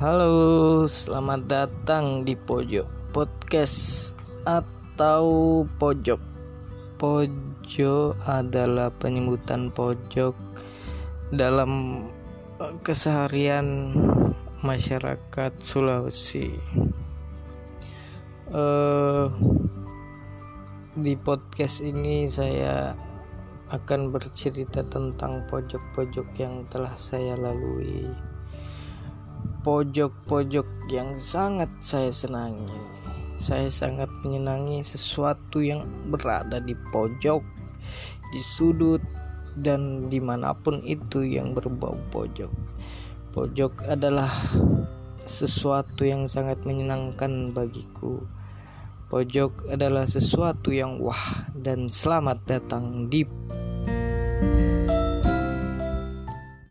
Halo, selamat datang di Pojok Podcast atau Pojok. Pojok adalah penyebutan pojok dalam keseharian masyarakat Sulawesi. Di podcast ini saya akan bercerita tentang pojok-pojok yang telah saya lalui. Pojok-pojok yang sangat saya senangi. Saya sangat menyenangi sesuatu yang berada di pojok, di sudut, dan dimanapun itu yang berbau pojok. Pojok adalah sesuatu yang sangat menyenangkan bagiku. Pojok adalah sesuatu yang wah, dan selamat datang di